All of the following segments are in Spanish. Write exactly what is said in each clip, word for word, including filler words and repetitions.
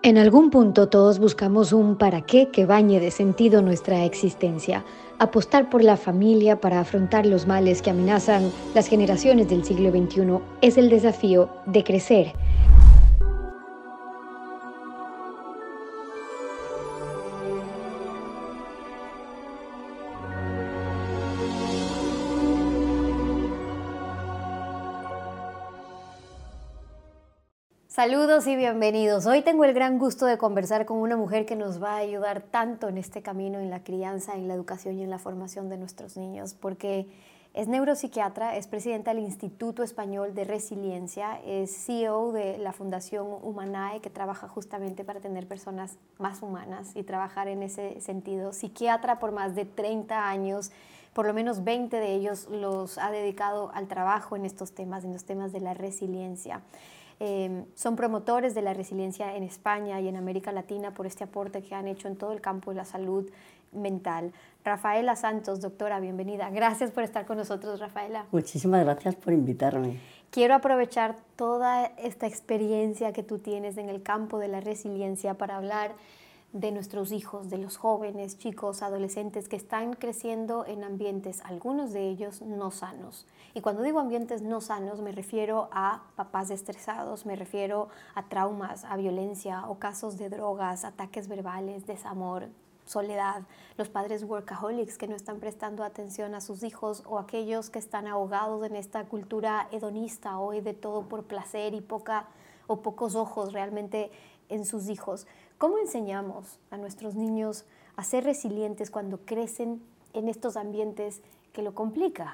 En algún punto todos buscamos un para qué que bañe de sentido nuestra existencia. Apostar por la familia para afrontar los males que amenazan las generaciones del siglo veintiuno es el desafío de crecer. Saludos y bienvenidos. Hoy tengo el gran gusto de conversar con una mujer que nos va a ayudar tanto en este camino, en la crianza, en la educación y en la formación de nuestros niños, porque es neuropsiquiatra, es presidenta del Instituto Español de Resiliencia, es C E O de la Fundación Humanae, que trabaja justamente para tener personas más humanas y trabajar en ese sentido. Psiquiatra por más de treinta años, por lo menos veinte de ellos los ha dedicado al trabajo en estos temas, en los temas de la resiliencia. Eh, son promotores de la resiliencia en España y en América Latina por este aporte que han hecho en todo el campo de la salud mental. Rafaela Santos, doctora, bienvenida. Gracias por estar con nosotros, Rafaela. Muchísimas gracias por invitarme. Quiero aprovechar toda esta experiencia que tú tienes en el campo de la resiliencia para hablar de nuestros hijos, de los jóvenes, chicos, adolescentes que están creciendo en ambientes, algunos de ellos no sanos. Y cuando digo ambientes no sanos, me refiero a papás estresados, me refiero a traumas, a violencia o casos de drogas, ataques verbales, desamor, soledad, los padres workaholics que no están prestando atención a sus hijos o aquellos que están ahogados en esta cultura hedonista hoy de todo por placer y poca o pocos ojos realmente en sus hijos. ¿Cómo enseñamos a nuestros niños a ser resilientes cuando crecen en estos ambientes que lo complica?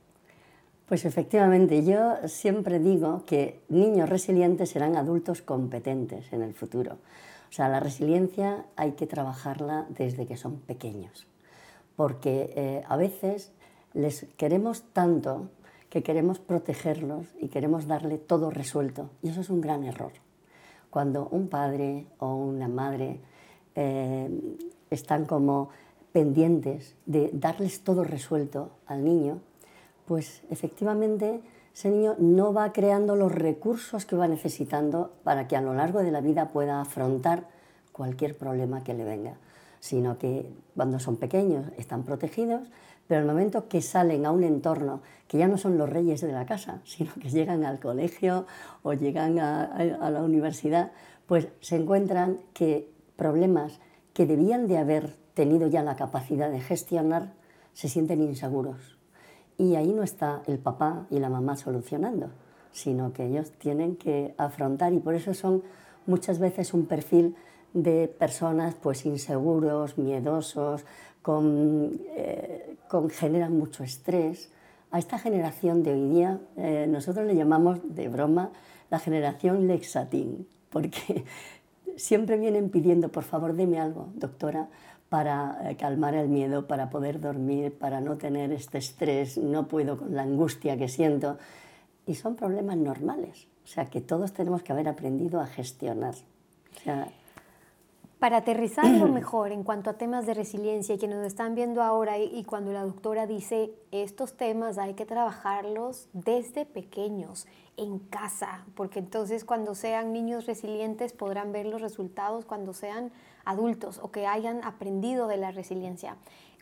Pues efectivamente, yo siempre digo que niños resilientes serán adultos competentes en el futuro. O sea, la resiliencia hay que trabajarla desde que son pequeños, porque eh, a veces les queremos tanto que queremos protegerlos y queremos darle todo resuelto, y eso es un gran error. Cuando un padre o una madre eh, están como pendientes de darles todo resuelto al niño, pues efectivamente ese niño no va creando los recursos que va necesitando para que a lo largo de la vida pueda afrontar cualquier problema que le venga, sino que cuando son pequeños están protegidos, pero en el momento que salen a un entorno que ya no son los reyes de la casa, sino que llegan al colegio o llegan a, a, a la universidad, pues se encuentran que problemas que debían de haber tenido ya la capacidad de gestionar se sienten inseguros. Y ahí no está el papá y la mamá solucionando, sino que ellos tienen que afrontar, y por eso son muchas veces un perfil de personas pues inseguros, miedosos, con, eh, con, generan mucho estrés. A esta generación de hoy día eh, nosotros le llamamos de broma la generación Lexatin, porque siempre vienen pidiendo, por favor, deme algo, doctora, para eh, calmar el miedo, para poder dormir, para no tener este estrés, no puedo con la angustia que siento. Y son problemas normales, o sea, que todos tenemos que haber aprendido a gestionar. O sea, para aterrizarlo mejor en cuanto a temas de resiliencia y que nos están viendo ahora, y, y cuando la doctora dice estos temas hay que trabajarlos desde pequeños, en casa, porque entonces cuando sean niños resilientes podrán ver los resultados cuando sean adultos o que hayan aprendido de la resiliencia.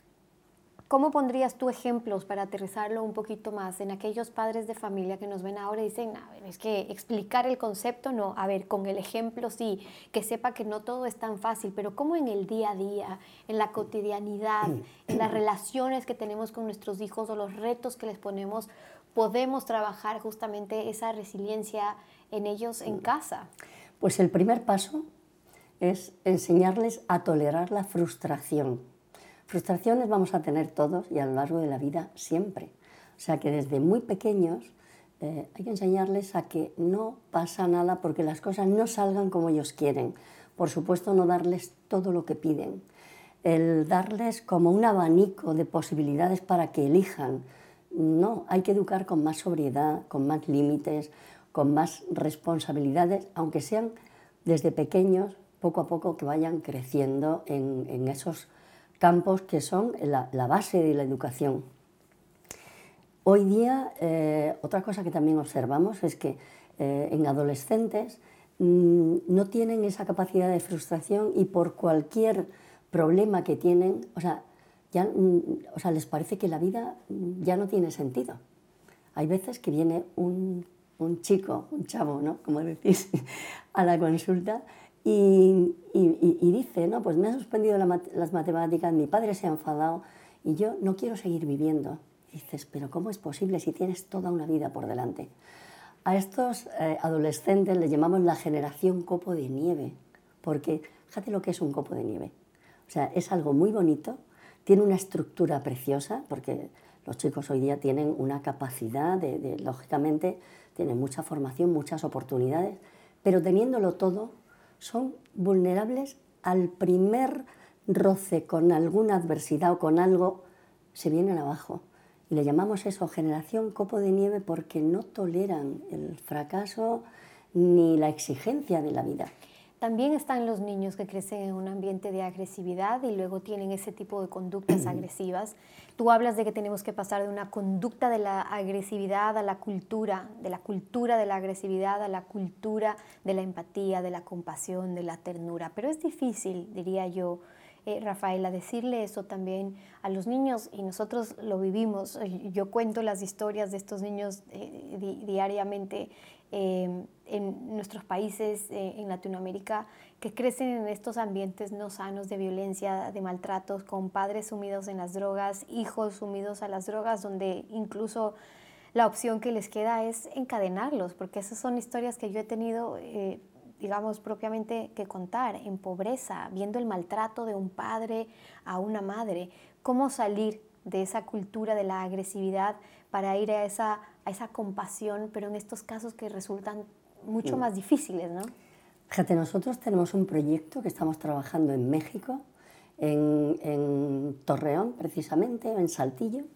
¿Cómo pondrías tú ejemplos para aterrizarlo un poquito más en aquellos padres de familia que nos ven ahora y dicen, a ver, es que explicar el concepto no, a ver, con el ejemplo sí, que sepa que no todo es tan fácil, pero cómo en el día a día, en la cotidianidad, en las relaciones que tenemos con nuestros hijos o los retos que les ponemos, podemos trabajar justamente esa resiliencia en ellos en casa? Pues el primer paso es enseñarles a tolerar la frustración. Frustraciones vamos a tener todos y a lo largo de la vida siempre. O sea que desde muy pequeños eh, hay que enseñarles a que no pasa nada porque las cosas no salgan como ellos quieren. Por supuesto, no darles todo lo que piden. El darles como un abanico de posibilidades para que elijan. No, hay que educar con más sobriedad, con más límites, con más responsabilidades, aunque sean desde pequeños, poco a poco que vayan creciendo en, en esos campos que son la, la base de la educación. Hoy día, eh, otra cosa que también observamos es que eh, en adolescentes mmm, no tienen esa capacidad de frustración y por cualquier problema que tienen, o sea, ya, mmm, o sea, les parece que la vida ya no tiene sentido. Hay veces que viene un, un chico, un chavo, ¿no?, como decís, a la consulta y, y, y dice, no, pues me han suspendido la, las matemáticas, mi padre se ha enfadado y yo no quiero seguir viviendo. Y dices, pero ¿cómo es posible si tienes toda una vida por delante? A estos eh, adolescentes les llamamos la generación copo de nieve, porque fíjate lo que es un copo de nieve. O sea, es algo muy bonito, tiene una estructura preciosa, porque los chicos hoy día tienen una capacidad, de, de, lógicamente, tienen mucha formación, muchas oportunidades, pero teniéndolo todo, son vulnerables al primer roce con alguna adversidad o con algo, se vienen abajo. Y le llamamos eso generación copo de nieve porque no toleran el fracaso ni la exigencia de la vida. También están los niños que crecen en un ambiente de agresividad y luego tienen ese tipo de conductas agresivas. Tú hablas de que tenemos que pasar de una conducta de la agresividad a la cultura, de la cultura de la agresividad a la cultura de la empatía, de la compasión, de la ternura. Pero es difícil, diría yo, eh, Rafaela, decirle eso también a los niños, y nosotros lo vivimos. Yo cuento las historias de estos niños eh, di diariamente eh, en nuestros países, eh, en Latinoamérica, que crecen en estos ambientes no sanos de violencia, de maltratos, con padres sumidos en las drogas, hijos sumidos a las drogas, donde incluso la opción que les queda es encadenarlos, porque esas son historias que yo he tenido, eh, digamos, propiamente que contar, en pobreza, viendo el maltrato de un padre a una madre. ¿Cómo salir de esa cultura de la agresividad para ir a esa, a esa compasión, pero en estos casos que resultan mucho más difíciles, ¿no? Fíjate, nosotros tenemos un proyecto que estamos trabajando en México, en, en Torreón precisamente, en Saltillo,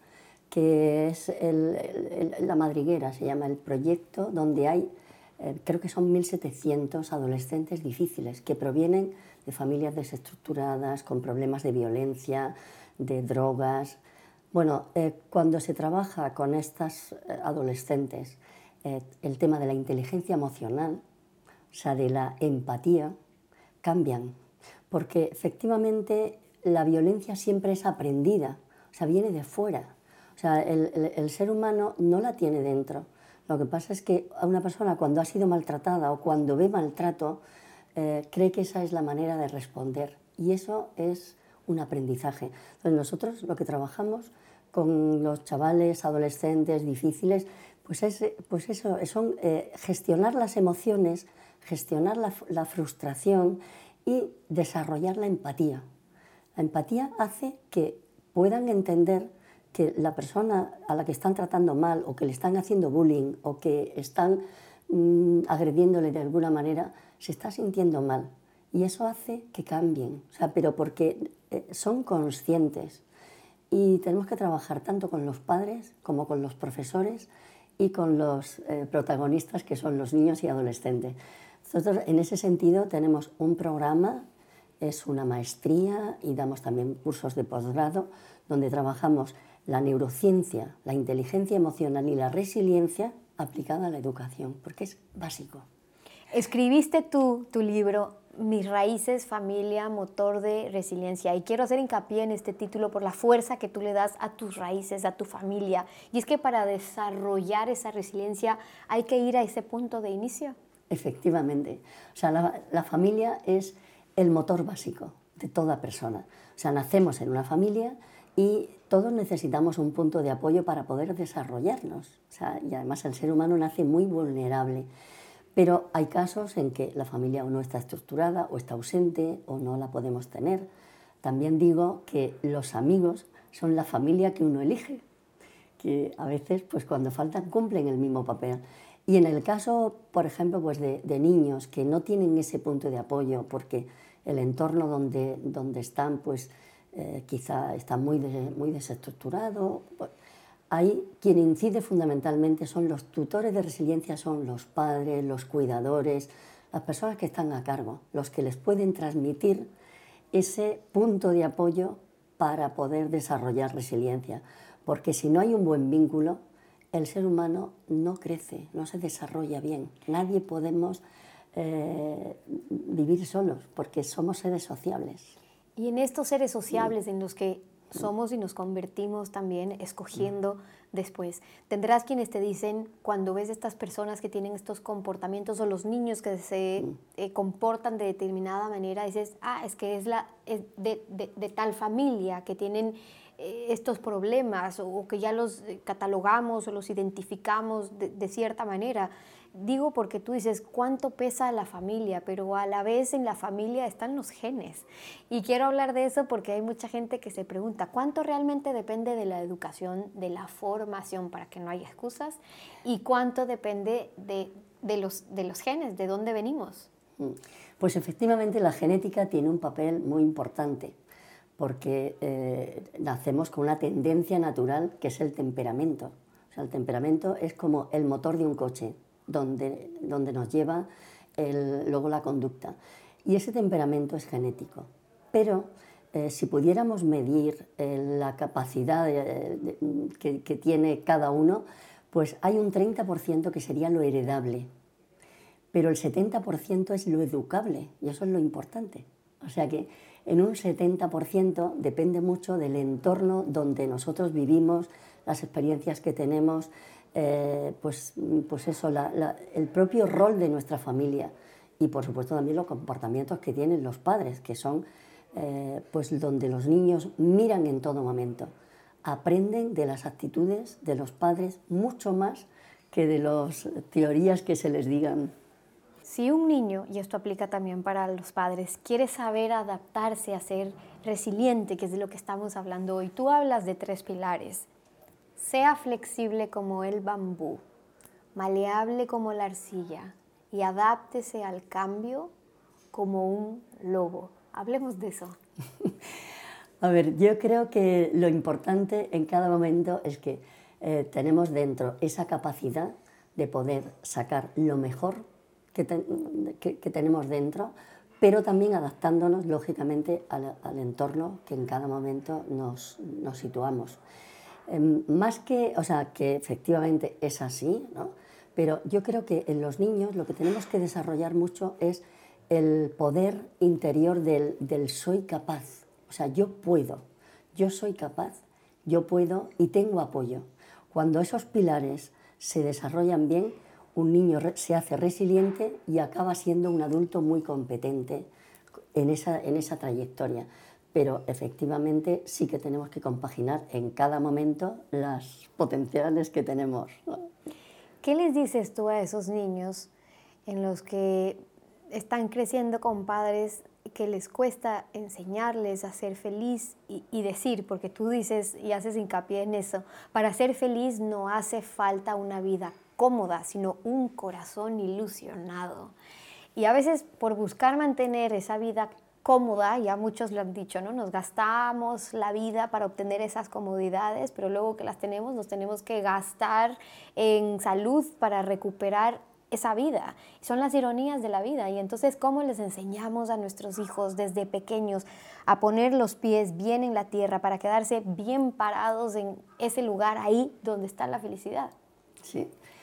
que es el, el, la madriguera, se llama el proyecto, donde hay, eh, creo que son mil setecientos adolescentes difíciles, que provienen de familias desestructuradas, con problemas de violencia, de drogas. Bueno, eh, cuando se trabaja con estas eh, adolescentes, eh, el tema de la inteligencia emocional, o sea, de la empatía, cambian, porque efectivamente la violencia siempre es aprendida, o sea, viene de fuera. O sea, el, el, el ser humano no la tiene dentro. Lo que pasa es que a una persona cuando ha sido maltratada o cuando ve maltrato, eh, cree que esa es la manera de responder. Y eso es un aprendizaje. Entonces nosotros lo que trabajamos con los chavales, adolescentes difíciles, pues, es, pues eso, son eh, gestionar las emociones, gestionar la, la frustración y desarrollar la empatía. La empatía hace que puedan entender que la persona a la que están tratando mal o que le están haciendo bullying o que están mmm, agrediéndole de alguna manera, se está sintiendo mal. Y eso hace que cambien, o sea, pero porque eh, son conscientes. Y tenemos que trabajar tanto con los padres como con los profesores y con los eh, protagonistas, que son los niños y adolescentes. Nosotros, en ese sentido, tenemos un programa, es una maestría y damos también cursos de posgrado, donde trabajamos la neurociencia, la inteligencia emocional y la resiliencia aplicada a la educación, porque es básico. Escribiste tú tu libro, Mis raíces, familia, motor de resiliencia. Y quiero hacer hincapié en este título por la fuerza que tú le das a tus raíces, a tu familia. Y es que para desarrollar esa resiliencia hay que ir a ese punto de inicio. Efectivamente. O sea, la, la familia es el motor básico de toda persona. O sea, nacemos en una familia y todos necesitamos un punto de apoyo para poder desarrollarnos. O sea, y además el ser humano nace muy vulnerable. Pero hay casos en que la familia o no está estructurada, o está ausente, o no la podemos tener. También digo que los amigos son la familia que uno elige, que a veces, pues cuando faltan, cumplen el mismo papel. Y en el caso, por ejemplo, pues de, de niños que no tienen ese punto de apoyo porque el entorno donde, donde están, pues eh, quizá está muy, de, muy desestructurado, pues, ahí quien incide fundamentalmente son los tutores de resiliencia, son los padres, los cuidadores, las personas que están a cargo, los que les pueden transmitir ese punto de apoyo para poder desarrollar resiliencia. Porque si no hay un buen vínculo, el ser humano no crece, no se desarrolla bien. Nadie podemos eh, vivir solos, porque somos seres sociables. Y en estos seres sociables en los que somos y nos convertimos también escogiendo después. Tendrás quienes te dicen, cuando ves estas personas que tienen estos comportamientos o los niños que se eh, comportan de determinada manera, dices, ah, es que es, la, es de, de, de tal familia que tienen eh, estos problemas o, o que ya los catalogamos o los identificamos de, de cierta manera. Digo porque tú dices, ¿cuánto pesa la familia? Pero a la vez en la familia están los genes. Y quiero hablar de eso porque hay mucha gente que se pregunta, ¿cuánto realmente depende de la educación, de la formación para que no haya excusas? ¿Y cuánto depende de, de, los, de los genes, de dónde venimos? Pues efectivamente la genética tiene un papel muy importante porque eh, nacemos con una tendencia natural que es el temperamento. O sea, el temperamento es como el motor de un coche. Donde, donde nos lleva el, luego la conducta. Y ese temperamento es genético. Pero eh, si pudiéramos medir eh, la capacidad de, de, que, que tiene cada uno, pues hay un treinta por ciento que sería lo heredable, pero el setenta por ciento es lo educable, y eso es lo importante. O sea que en un setenta por ciento depende mucho del entorno donde nosotros vivimos, las experiencias que tenemos, Eh, pues, pues eso, la, la, el propio rol de nuestra familia y por supuesto también los comportamientos que tienen los padres, que son eh, pues donde los niños miran en todo momento, aprenden de las actitudes de los padres mucho más que de las teorías que se les digan. Si un niño, y esto aplica también para los padres, quiere saber adaptarse a ser resiliente, que es de lo que estamos hablando hoy, tú hablas de tres pilares. Sea flexible como el bambú, maleable como la arcilla y adáptese al cambio como un lobo. Hablemos de eso. A ver, yo creo que lo importante en cada momento es que eh, tenemos dentro esa capacidad de poder sacar lo mejor que, te, que, que tenemos dentro, pero también adaptándonos lógicamente al, al entorno que en cada momento nos, nos situamos. Eh, más que, o sea, que efectivamente es así, ¿no? Pero yo creo que en los niños lo que tenemos que desarrollar mucho es el poder interior del, del soy capaz. O sea, yo puedo, yo soy capaz, yo puedo y tengo apoyo. Cuando esos pilares se desarrollan bien, un niño se hace resiliente y acaba siendo un adulto muy competente en esa, en esa trayectoria. Pero efectivamente sí que tenemos que compaginar en cada momento las potenciales que tenemos, ¿no? ¿Qué les dices tú a esos niños en los que están creciendo con padres que les cuesta enseñarles a ser feliz y, y decir, porque tú dices y haces hincapié en eso, para ser feliz no hace falta una vida cómoda, sino un corazón ilusionado? Y a veces por buscar mantener esa vida cómoda, ya muchos lo han dicho, ¿no? Nos gastamos la vida para obtener esas comodidades, pero luego que las tenemos, nos tenemos que gastar en salud para recuperar esa vida. Son las ironías de la vida. Y entonces, ¿cómo les enseñamos a nuestros hijos desde pequeños a poner los pies bien en la tierra para quedarse bien parados en ese lugar ahí donde está la felicidad? Sí.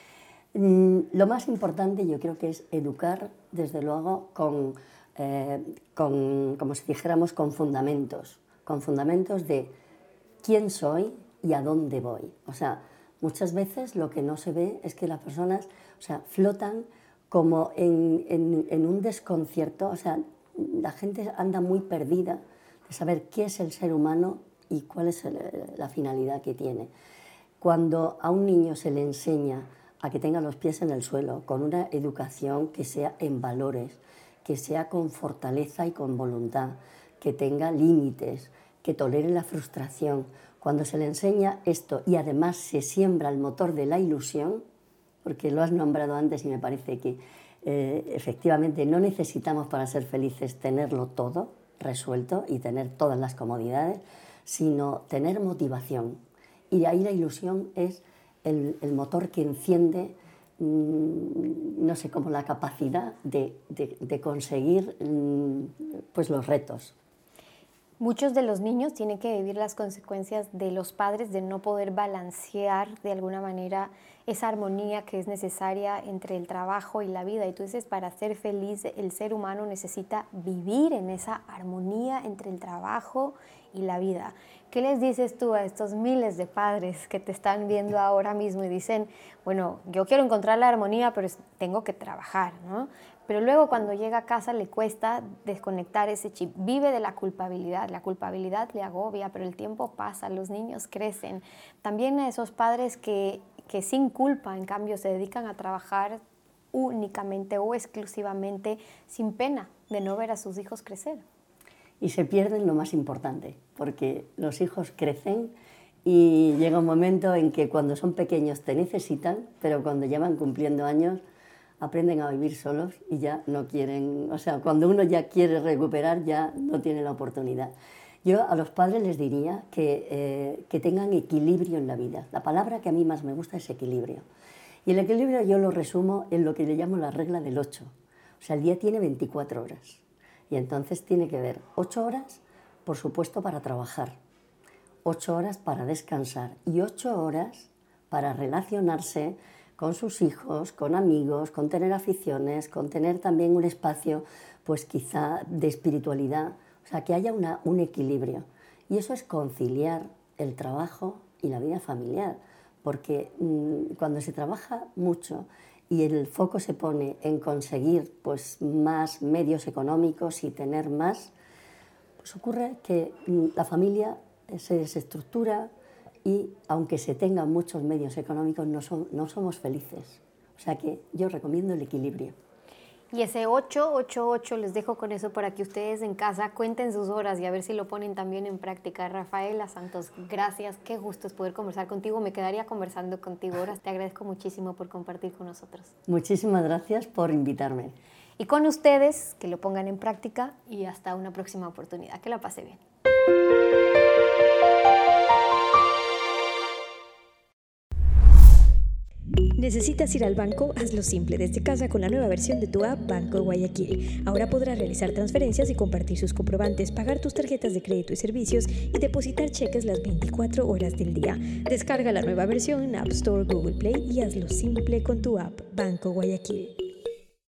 Lo más importante yo creo que es educar, desde luego, con... Eh, con, como si dijéramos, con fundamentos, con fundamentos de quién soy y a dónde voy. O sea, muchas veces lo que no se ve es que las personas, o sea, flotan como en, en, en un desconcierto. O sea, la gente anda muy perdida de saber qué es el ser humano y cuál es el, la finalidad que tiene. Cuando a un niño se le enseña a que tenga los pies en el suelo, con una educación que sea en valores, que sea con fortaleza y con voluntad, que tenga límites, que tolere la frustración. Cuando se le enseña esto y además se siembra el motor de la ilusión, porque lo has nombrado antes y me parece que eh, efectivamente no necesitamos para ser felices tenerlo todo resuelto y tener todas las comodidades, sino tener motivación. Y de ahí la ilusión es el, el motor que enciende, no sé, como la capacidad de, de, de conseguir pues los retos. Muchos de los niños tienen que vivir las consecuencias de los padres de no poder balancear de alguna manera esa armonía que es necesaria entre el trabajo y la vida. Y tú dices, para ser feliz el ser humano necesita vivir en esa armonía entre el trabajo y la vida. ¿Qué les dices tú a estos miles de padres que te están viendo ahora mismo y dicen, bueno, yo quiero encontrar la armonía, pero tengo que trabajar, ¿no? Pero luego cuando llega a casa le cuesta desconectar ese chip, vive de la culpabilidad, la culpabilidad le agobia, pero el tiempo pasa, los niños crecen. También a esos padres que, que sin culpa, en cambio, se dedican a trabajar únicamente o exclusivamente sin pena de no ver a sus hijos crecer. Y se pierden lo más importante, porque los hijos crecen y llega un momento en que cuando son pequeños te necesitan, pero cuando ya van cumpliendo años aprenden a vivir solos y ya no quieren, o sea, cuando uno ya quiere recuperar ya no tiene la oportunidad. Yo a los padres les diría que, eh, que tengan equilibrio en la vida. La palabra que a mí más me gusta es equilibrio. Y el equilibrio yo lo resumo en lo que le llamo la regla del ocho. O sea, el día tiene veinticuatro horas y entonces tiene que haber ocho horas, por supuesto, para trabajar, ocho horas para descansar y ocho horas para relacionarse con sus hijos, con amigos, con tener aficiones, con tener también un espacio, pues quizá de espiritualidad, o sea, que haya una, un equilibrio. Y eso es conciliar el trabajo y la vida familiar, porque mmm, cuando se trabaja mucho y el foco se pone en conseguir pues, más medios económicos y tener más, pues ocurre que mmm, la familia se desestructura, y aunque se tengan muchos medios económicos, no, son, no somos felices. O sea que yo recomiendo el equilibrio. Y ese ocho, ocho, ocho, les dejo con eso para que ustedes en casa cuenten sus horas y a ver si lo ponen también en práctica. Rafaela Santos, gracias. Qué gusto es poder conversar contigo. Me quedaría conversando contigo horas. Te agradezco muchísimo por compartir con nosotros. Muchísimas gracias por invitarme. Y con ustedes, que lo pongan en práctica y hasta una próxima oportunidad. Que la pase bien. ¿Necesitas ir al banco? Hazlo simple desde casa con la nueva versión de tu app Banco Guayaquil. Ahora podrás realizar transferencias y compartir sus comprobantes, pagar tus tarjetas de crédito y servicios y depositar cheques las veinticuatro horas del día. Descarga la nueva versión en App Store, Google Play y hazlo simple con tu app Banco Guayaquil.